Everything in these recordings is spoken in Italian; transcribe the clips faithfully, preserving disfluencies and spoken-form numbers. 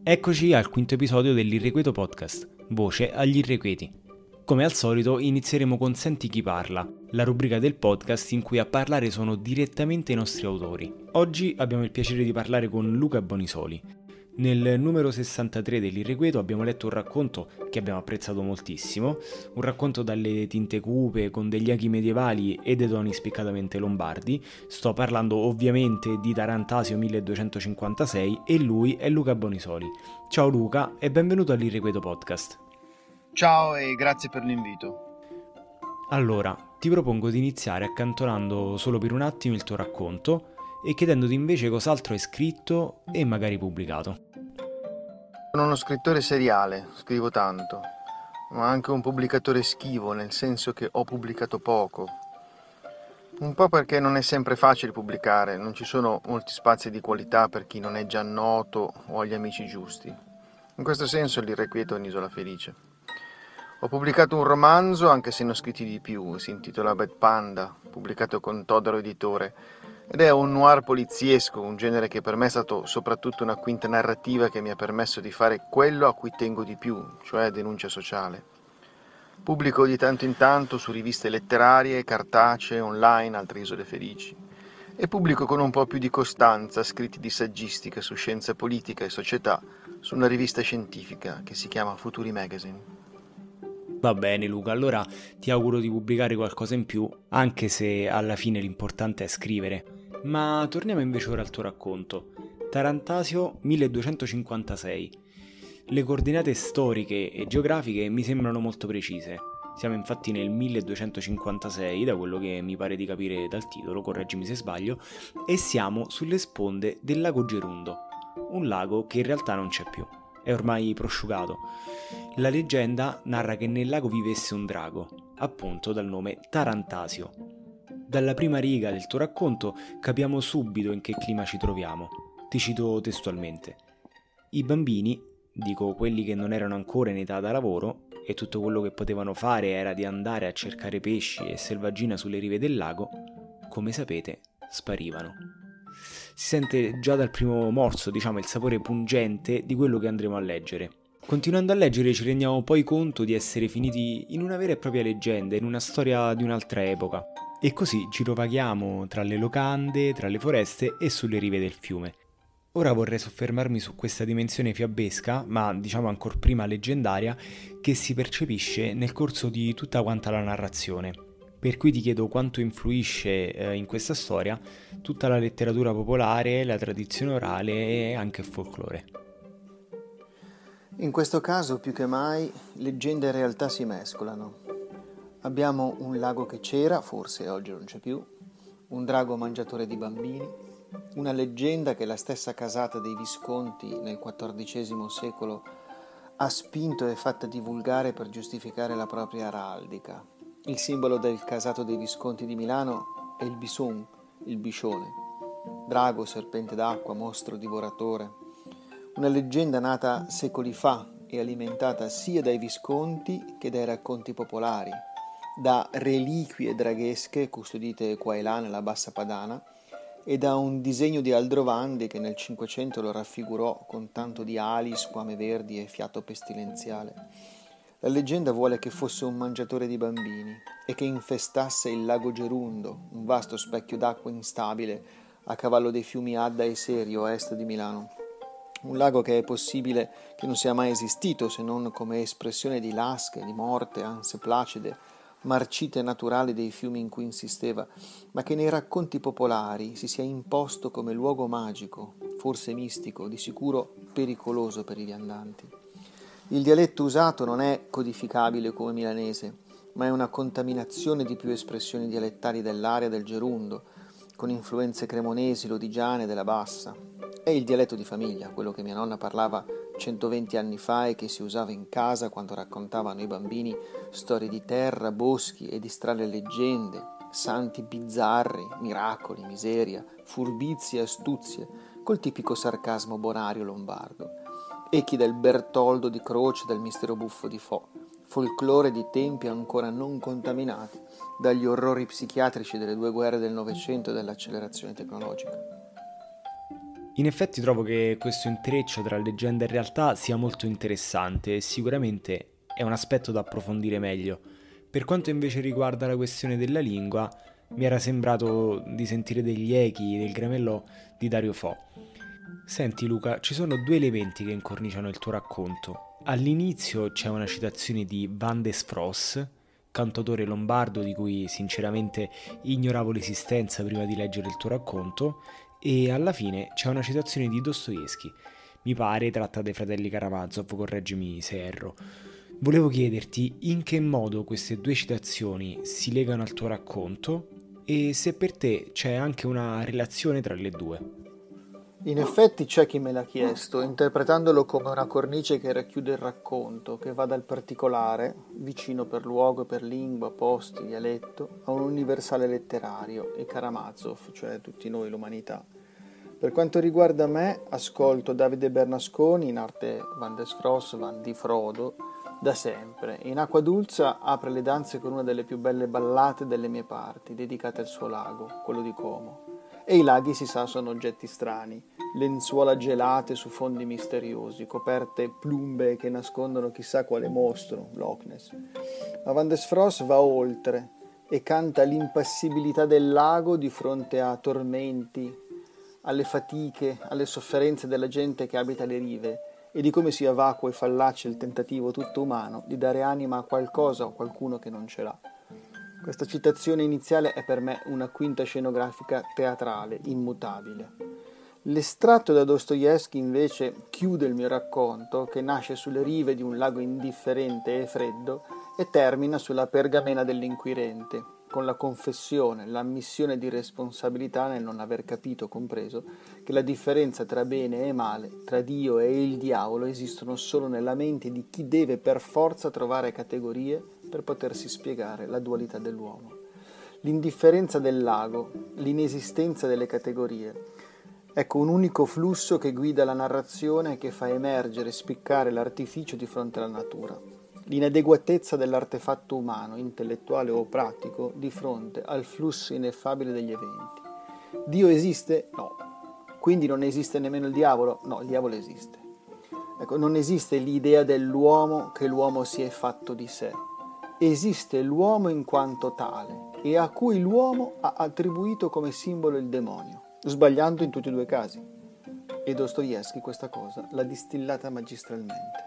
Eccoci al quinto episodio dell'Irrequieto Podcast, voce agli irrequieti. Come al solito inizieremo con Senti chi parla, la rubrica del podcast in cui a parlare sono direttamente i nostri autori. Oggi abbiamo il piacere di parlare con Luca Bonisoli. Nel numero sessantatré dell'Irrequieto abbiamo letto un racconto che abbiamo apprezzato moltissimo, un racconto dalle tinte cupe, con degli aghi medievali e dei toni spiccatamente lombardi. Sto parlando ovviamente di Tarantasio milleduecentocinquantasei e lui è Luca Bonisoli. Ciao Luca e benvenuto all'Irrequieto Podcast. Ciao e grazie per l'invito. Allora, ti propongo di iniziare accantonando solo per un attimo il tuo racconto e chiedendoti invece cos'altro hai scritto e magari pubblicato. Sono uno scrittore seriale, scrivo tanto, ma anche un pubblicatore schivo, nel senso che ho pubblicato poco. Un po' perché non è sempre facile pubblicare, non ci sono molti spazi di qualità per chi non è già noto o ha gli amici giusti. In questo senso l'Irrequieto è un'isola felice. Ho pubblicato un romanzo, anche se ne ho scritti di più, si intitola Bad Panda, pubblicato con Todaro Editore, ed è un noir poliziesco, un genere che per me è stato soprattutto una quinta narrativa che mi ha permesso di fare quello a cui tengo di più, cioè denuncia sociale. Pubblico di tanto in tanto su riviste letterarie, cartacee, online, altre isole felici. E pubblico con un po' più di costanza scritti di saggistica su scienza politica e società su una rivista scientifica che si chiama Futuri Magazine. Va bene Luca, allora ti auguro di pubblicare qualcosa in più, anche se alla fine l'importante è scrivere. Ma torniamo invece ora al tuo racconto. Tarantasio milleduecentocinquantasei. Le coordinate storiche e geografiche mi sembrano molto precise. Siamo infatti nel milleduecentocinquantasei, da quello che mi pare di capire dal titolo, correggimi se sbaglio, e siamo sulle sponde del lago Gerundo, un lago che in realtà non c'è più. È ormai prosciugato. La leggenda narra che nel lago vivesse un drago, appunto dal nome Tarantasio. Dalla prima riga del tuo racconto capiamo subito in che clima ci troviamo. Ti cito testualmente. I bambini, dico quelli che non erano ancora in età da lavoro, e tutto quello che potevano fare era di andare a cercare pesci e selvaggina sulle rive del lago, come sapete, sparivano. Si sente già dal primo morso, diciamo, il sapore pungente di quello che andremo a leggere. Continuando a leggere ci rendiamo poi conto di essere finiti in una vera e propria leggenda, in una storia di un'altra epoca. E così girovaghiamo tra le locande, tra le foreste e sulle rive del fiume. Ora vorrei soffermarmi su questa dimensione fiabesca, ma diciamo ancor prima leggendaria, che si percepisce nel corso di tutta quanta la narrazione. Per cui ti chiedo quanto influisce eh, in questa storia tutta la letteratura popolare, la tradizione orale e anche il folklore. In questo caso, più che mai, leggenda e realtà si mescolano. Abbiamo un lago che c'era, forse oggi non c'è più, un drago mangiatore di bambini, una leggenda che la stessa casata dei Visconti nel quattordicesimo secolo ha spinto e fatta divulgare per giustificare la propria araldica. Il simbolo del casato dei Visconti di Milano è il bison, il biscione, drago, serpente d'acqua, mostro divoratore. Una leggenda nata secoli fa e alimentata sia dai Visconti che dai racconti popolari, da reliquie draghesche custodite qua e là nella Bassa Padana e da un disegno di Aldrovandi che nel Cinquecento lo raffigurò con tanto di ali, squame verdi e fiato pestilenziale. La leggenda vuole che fosse un mangiatore di bambini e che infestasse il lago Gerundo, un vasto specchio d'acqua instabile a cavallo dei fiumi Adda e Serio a est di Milano. Un lago che è possibile che non sia mai esistito se non come espressione di lasche, di morte, anse placide, marcite naturali dei fiumi in cui insisteva, ma che nei racconti popolari si sia imposto come luogo magico, forse mistico, di sicuro pericoloso per i viandanti. Il dialetto usato non è codificabile come milanese, ma è una contaminazione di più espressioni dialettali dell'area del Gerundo, con influenze cremonesi, lodigiane della Bassa. È il dialetto di famiglia, quello che mia nonna parlava centoventi anni fa e che si usava in casa quando raccontava a noi bambini storie di terra, boschi e di strane leggende, santi bizzarri, miracoli, miseria, furbizie e astuzie, col tipico sarcasmo bonario lombardo. Echi del Bertoldo di Croce, del mistero buffo di Fo, folklore di tempi ancora non contaminati dagli orrori psichiatrici delle due guerre del Novecento e dell'accelerazione tecnologica. In effetti trovo che questo intreccio tra leggenda e realtà sia molto interessante e sicuramente è un aspetto da approfondire meglio. Per quanto invece riguarda la questione della lingua, mi era sembrato di sentire degli echi del Gramello di Dario Fo. Senti Luca, ci sono due elementi che incorniciano il tuo racconto. All'inizio c'è una citazione di Van des Fros, cantautore lombardo di cui sinceramente ignoravo l'esistenza prima di leggere il tuo racconto, e alla fine c'è una citazione di Dostoevsky, mi pare tratta dai fratelli Karamazov, correggimi se erro. Volevo chiederti in che modo queste due citazioni si legano al tuo racconto e se per te c'è anche una relazione tra le due. In effetti c'è chi me l'ha chiesto, interpretandolo come una cornice che racchiude il racconto, che va dal particolare, vicino per luogo, per lingua, posti, dialetto, a un universale letterario, e Karamazov, cioè tutti noi, l'umanità. Per quanto riguarda me, ascolto Davide Bernasconi, in arte Van des Fros, Van di Frodo, da sempre. In Acquadulza apre le danze con una delle più belle ballate delle mie parti, dedicate al suo lago, quello di Como. E i laghi, si sa, sono oggetti strani, lenzuola gelate su fondi misteriosi, coperte plumbe che nascondono chissà quale mostro, Loch Ness. Ma Van des Fros va oltre e canta l'impassibilità del lago di fronte a tormenti, alle fatiche, alle sofferenze della gente che abita le rive e di come sia vacuo e fallace il tentativo tutto umano di dare anima a qualcosa o qualcuno che non ce l'ha. Questa citazione iniziale è per me una quinta scenografica teatrale, immutabile. L'estratto da Dostoevsky invece chiude il mio racconto, che nasce sulle rive di un lago indifferente e freddo e termina sulla pergamena dell'inquirente, con la confessione, l'ammissione di responsabilità nel non aver capito, compreso, che la differenza tra bene e male, tra Dio e il diavolo esistono solo nella mente di chi deve per forza trovare categorie per potersi spiegare la dualità dell'uomo. L'indifferenza del lago, l'inesistenza delle categorie. Ecco un unico flusso che guida la narrazione e che fa emergere e spiccare l'artificio di fronte alla natura. L'inadeguatezza dell'artefatto umano, intellettuale o pratico, di fronte al flusso ineffabile degli eventi. Dio esiste? No. Quindi non esiste nemmeno il diavolo? No, il diavolo esiste. Ecco, non esiste l'idea dell'uomo che l'uomo si è fatto di sé. Esiste l'uomo in quanto tale e a cui l'uomo ha attribuito come simbolo il demonio, sbagliando in tutti e due i casi. E Dostoevsky questa cosa l'ha distillata magistralmente.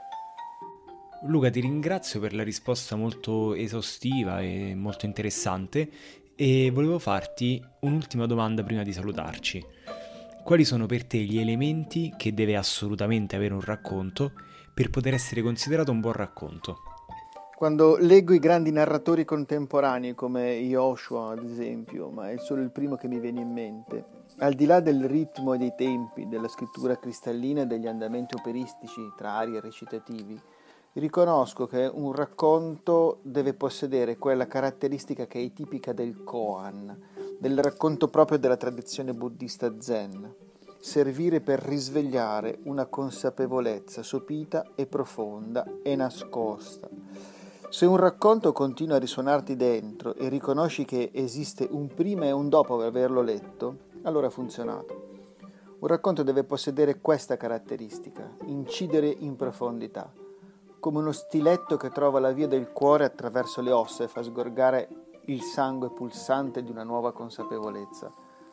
Luca, ti ringrazio per la risposta molto esaustiva e molto interessante e volevo farti un'ultima domanda prima di salutarci. Quali sono per te gli elementi che deve assolutamente avere un racconto per poter essere considerato un buon racconto? Quando leggo i grandi narratori contemporanei come Joshua, ad esempio, ma è solo il primo che mi viene in mente, al di là del ritmo e dei tempi, della scrittura cristallina e degli andamenti operistici tra arie e recitativi, riconosco che un racconto deve possedere quella caratteristica che è tipica del koan, del racconto proprio della tradizione buddista zen, servire per risvegliare una consapevolezza sopita e profonda e nascosta. Se un racconto continua a risuonarti dentro e riconosci che esiste un prima e un dopo averlo letto, allora ha funzionato. Un racconto deve possedere questa caratteristica, incidere in profondità, come uno stiletto che trova la via del cuore attraverso le ossa e fa sgorgare il sangue pulsante di una nuova consapevolezza.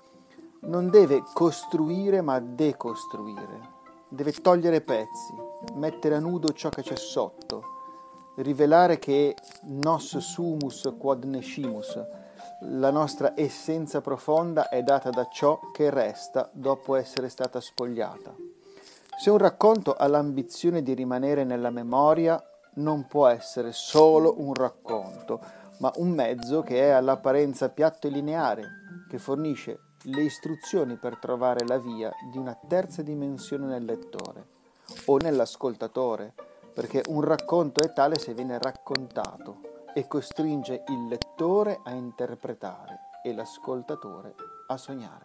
Non deve costruire ma decostruire, deve togliere pezzi, mettere a nudo ciò che c'è sotto, rivelare che nos sumus quod nescimus, la nostra essenza profonda è data da ciò che resta dopo essere stata spogliata. Se un racconto ha l'ambizione di rimanere nella memoria, non può essere solo un racconto, ma un mezzo che è all'apparenza piatto e lineare, che fornisce le istruzioni per trovare la via di una terza dimensione nel lettore o nell'ascoltatore, perché un racconto è tale se viene raccontato e costringe il lettore a interpretare e l'ascoltatore a sognare.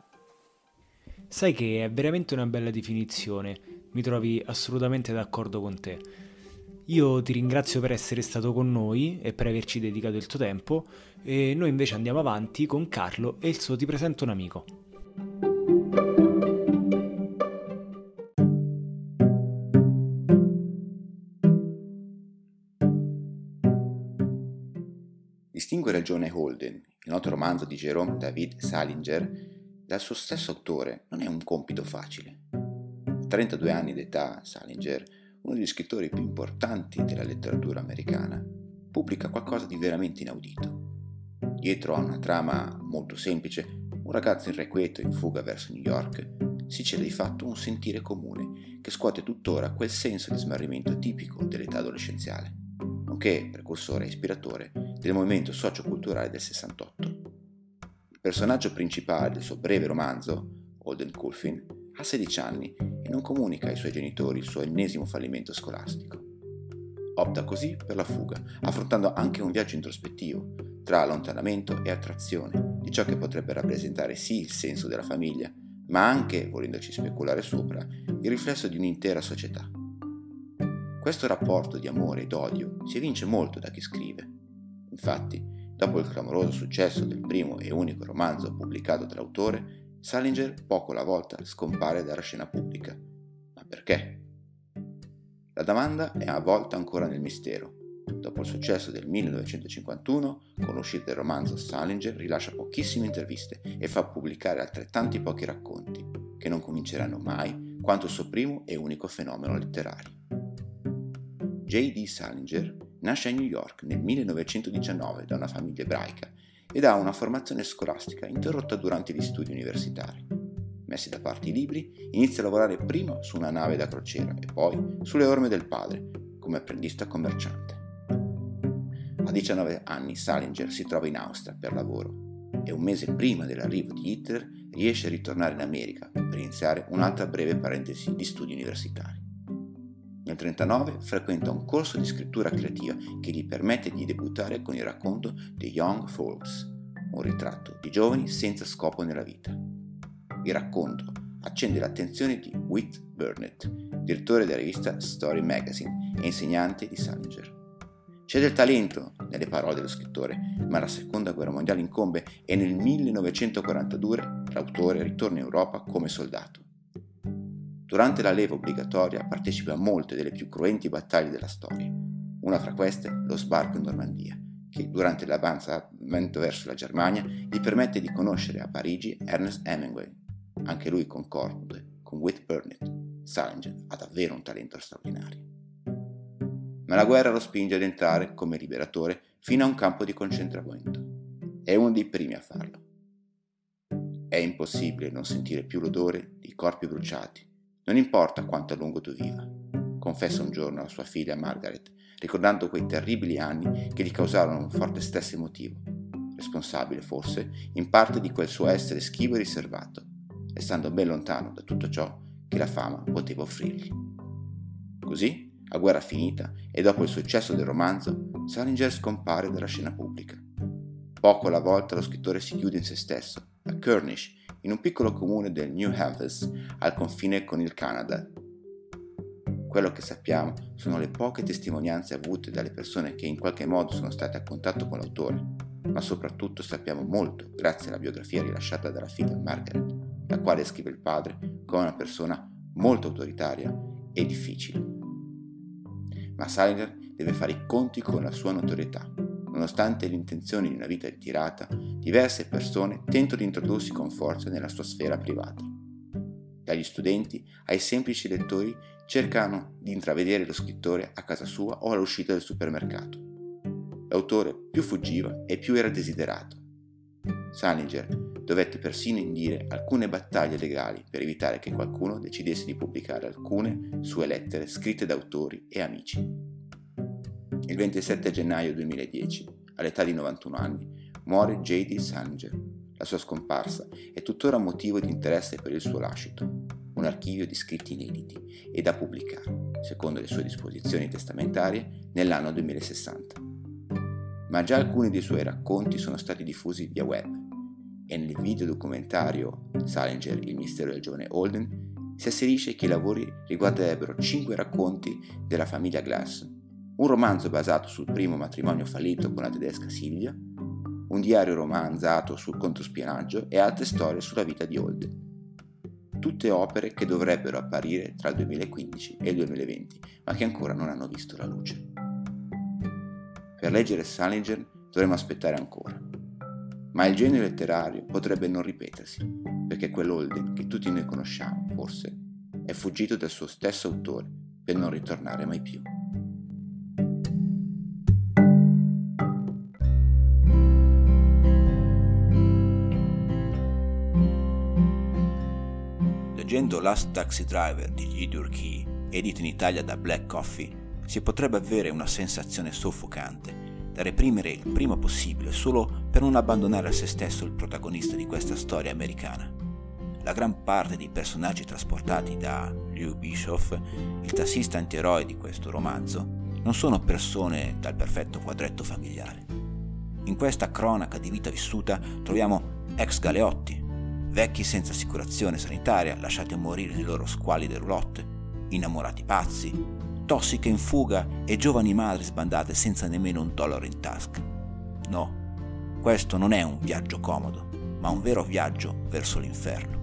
Sai che è veramente una bella definizione, mi trovi assolutamente d'accordo con te. Io ti ringrazio per essere stato con noi e per averci dedicato il tuo tempo e noi invece andiamo avanti con Carlo e il suo Ti presento un amico. distinguere il giovane Holden, il noto romanzo di Jerome David Salinger, dal suo stesso autore non è un compito facile. A trentadue anni d'età, Salinger, uno degli scrittori più importanti della letteratura americana, pubblica qualcosa di veramente inaudito. Dietro a una trama molto semplice, un ragazzo irrequieto in fuga verso New York, si cela di fatto un sentire comune che scuote tuttora quel senso di smarrimento tipico dell'età adolescenziale, nonché precursore e ispiratore del movimento socioculturale del sessantotto. Il personaggio principale del suo breve romanzo, Holden Caulfield, ha sedici anni e non comunica ai suoi genitori il suo ennesimo fallimento scolastico. Opta così per la fuga, affrontando anche un viaggio introspettivo tra allontanamento e attrazione di ciò che potrebbe rappresentare sì il senso della famiglia, ma anche, volendoci speculare sopra, il riflesso di un'intera società. Questo rapporto di amore ed odio si evince molto da chi scrive. Infatti, dopo il clamoroso successo del primo e unico romanzo pubblicato dall'autore, Salinger poco alla volta scompare dalla scena pubblica. Ma perché? La domanda è avvolta ancora nel mistero. Dopo il successo del millenovecentocinquantuno, con l'uscita del romanzo, Salinger rilascia pochissime interviste e fa pubblicare altrettanti pochi racconti, che non cominceranno mai quanto il suo primo e unico fenomeno letterario. J D. Salinger nasce a New York nel millenovecentodiciannove da una famiglia ebraica ed ha una formazione scolastica interrotta durante gli studi universitari. Messi da parte i libri, inizia a lavorare prima su una nave da crociera e poi sulle orme del padre, come apprendista commerciante. A diciannove anni Salinger si trova in Austria per lavoro e un mese prima dell'arrivo di Hitler riesce a ritornare in America per iniziare un'altra breve parentesi di studi universitari. Nel trentanove frequenta un corso di scrittura creativa che gli permette di debuttare con il racconto The Young Folks, un ritratto di giovani senza scopo nella vita. Il racconto accende l'attenzione di Whit Burnett, direttore della rivista Story Magazine e insegnante di Salinger. C'è del talento nelle parole dello scrittore, ma la seconda guerra mondiale incombe e nel millenovecentoquarantadue l'autore ritorna in Europa come soldato. Durante la leva obbligatoria partecipa a molte delle più cruenti battaglie della storia, una fra queste lo sbarco in Normandia, che durante l'avanzamento verso la Germania gli permette di conoscere a Parigi Ernest Hemingway. Anche lui concorde con Whit Burnett. Salinger ha davvero un talento straordinario. Ma la guerra lo spinge ad entrare come liberatore fino a un campo di concentramento. È uno dei primi a farlo. È impossibile non sentire più l'odore di corpi bruciati, non importa quanto a lungo tu viva, confessa un giorno alla sua figlia Margaret, ricordando quei terribili anni che gli causarono un forte stress emotivo, responsabile forse in parte di quel suo essere schivo e riservato, restando ben lontano da tutto ciò che la fama poteva offrirgli. Così, a guerra finita e dopo il successo del romanzo, Salinger scompare dalla scena pubblica. Poco alla volta lo scrittore si chiude in se stesso, a Kernish, in un piccolo comune del New Hampshire, al confine con il Canada. Quello che sappiamo sono le poche testimonianze avute dalle persone che in qualche modo sono state a contatto con l'autore, ma soprattutto sappiamo molto grazie alla biografia rilasciata dalla figlia Margaret, la quale scrive il padre come una persona molto autoritaria e difficile. Ma Salinger deve fare i conti con la sua notorietà. Nonostante le intenzioni di una vita ritirata, diverse persone tentano di introdursi con forza nella sua sfera privata. Dagli studenti ai semplici lettori cercano di intravedere lo scrittore a casa sua o all'uscita del supermercato. L'autore più fuggiva e più era desiderato. Salinger dovette persino indire alcune battaglie legali per evitare che qualcuno decidesse di pubblicare alcune sue lettere scritte da autori e amici. Il ventisette gennaio duemiladieci, all'età di novantuno anni, muore J D. Salinger. La sua scomparsa è tuttora motivo di interesse per il suo lascito, un archivio di scritti inediti e da pubblicare, secondo le sue disposizioni testamentarie, nell'anno duemilasessanta. Ma già alcuni dei suoi racconti sono stati diffusi via web e nel videodocumentario Salinger, il mistero del giovane Holden, si asserisce che i lavori riguarderebbero cinque racconti della famiglia Glass, un romanzo basato sul primo matrimonio fallito con la tedesca Silvia, un diario romanzato sul controspionaggio e altre storie sulla vita di Holden. Tutte opere che dovrebbero apparire tra il duemilaquindici e il duemilaventi, ma che ancora non hanno visto la luce. Per leggere Salinger dovremo aspettare ancora. Ma il genere letterario potrebbe non ripetersi, perché quell'Holden che tutti noi conosciamo, forse, è fuggito dal suo stesso autore per non ritornare mai più. Leggendo Last Taxi Driver di Lee Durkee, edito in Italia da Black Coffee, si potrebbe avere una sensazione soffocante da reprimere il prima possibile solo per non abbandonare a se stesso il protagonista di questa storia americana. La gran parte dei personaggi trasportati da Lew Bischoff, il tassista antieroe di questo romanzo, non sono persone dal perfetto quadretto familiare. In questa cronaca di vita vissuta troviamo ex galeotti, vecchi senza assicurazione sanitaria lasciati a morire nei loro squallide roulotte, innamorati pazzi, tossiche in fuga e giovani madri sbandate senza nemmeno un dollaro in tasca. No, questo non è un viaggio comodo, ma un vero viaggio verso l'inferno.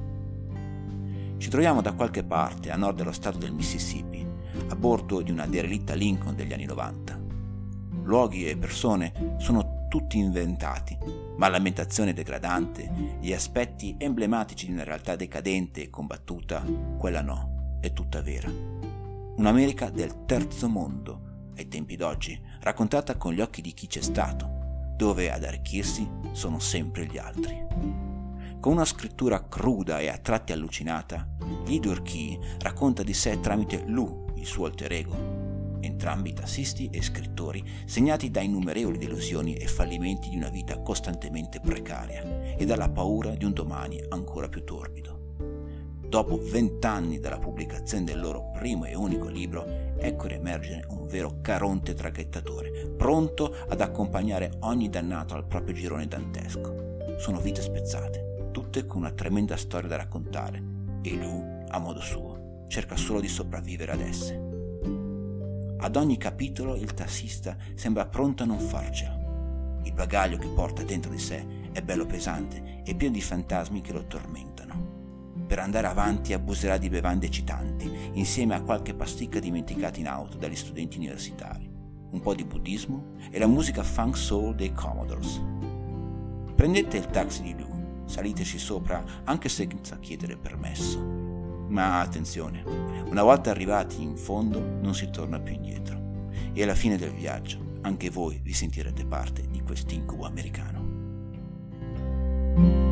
Ci troviamo da qualche parte a nord dello stato del Mississippi, a bordo di una derelitta Lincoln degli anni novanta. Luoghi e persone sono tutti inventati, ma l'ambientazione degradante, gli aspetti emblematici di una realtà decadente e combattuta, quella no, è tutta vera. Un'America del terzo mondo, ai tempi d'oggi, raccontata con gli occhi di chi c'è stato, dove ad arricchirsi sono sempre gli altri. Con una scrittura cruda e a tratti allucinata, Lee Durkee racconta di sé tramite Lou, il suo alter ego, entrambi tassisti e scrittori segnati da innumerevoli delusioni e fallimenti di una vita costantemente precaria e dalla paura di un domani ancora più torbido. Dopo vent'anni dalla pubblicazione del loro primo e unico libro, ecco riemergere un vero Caronte traghettatore, pronto ad accompagnare ogni dannato al proprio girone dantesco. Sono vite spezzate, tutte con una tremenda storia da raccontare, e lui, a modo suo, cerca solo di sopravvivere ad esse. Ad ogni capitolo il tassista sembra pronto a non farcela. Il bagaglio che porta dentro di sé è bello pesante e pieno di fantasmi che lo tormentano. Per andare avanti abuserà di bevande eccitanti, insieme a qualche pasticca dimenticata in auto dagli studenti universitari, un po' di buddismo e la musica funk soul dei Commodores. Prendete il taxi di Lou, saliteci sopra anche senza chiedere permesso. Ma attenzione, una volta arrivati in fondo non si torna più indietro, e alla fine del viaggio anche voi vi sentirete parte di quest'incubo americano.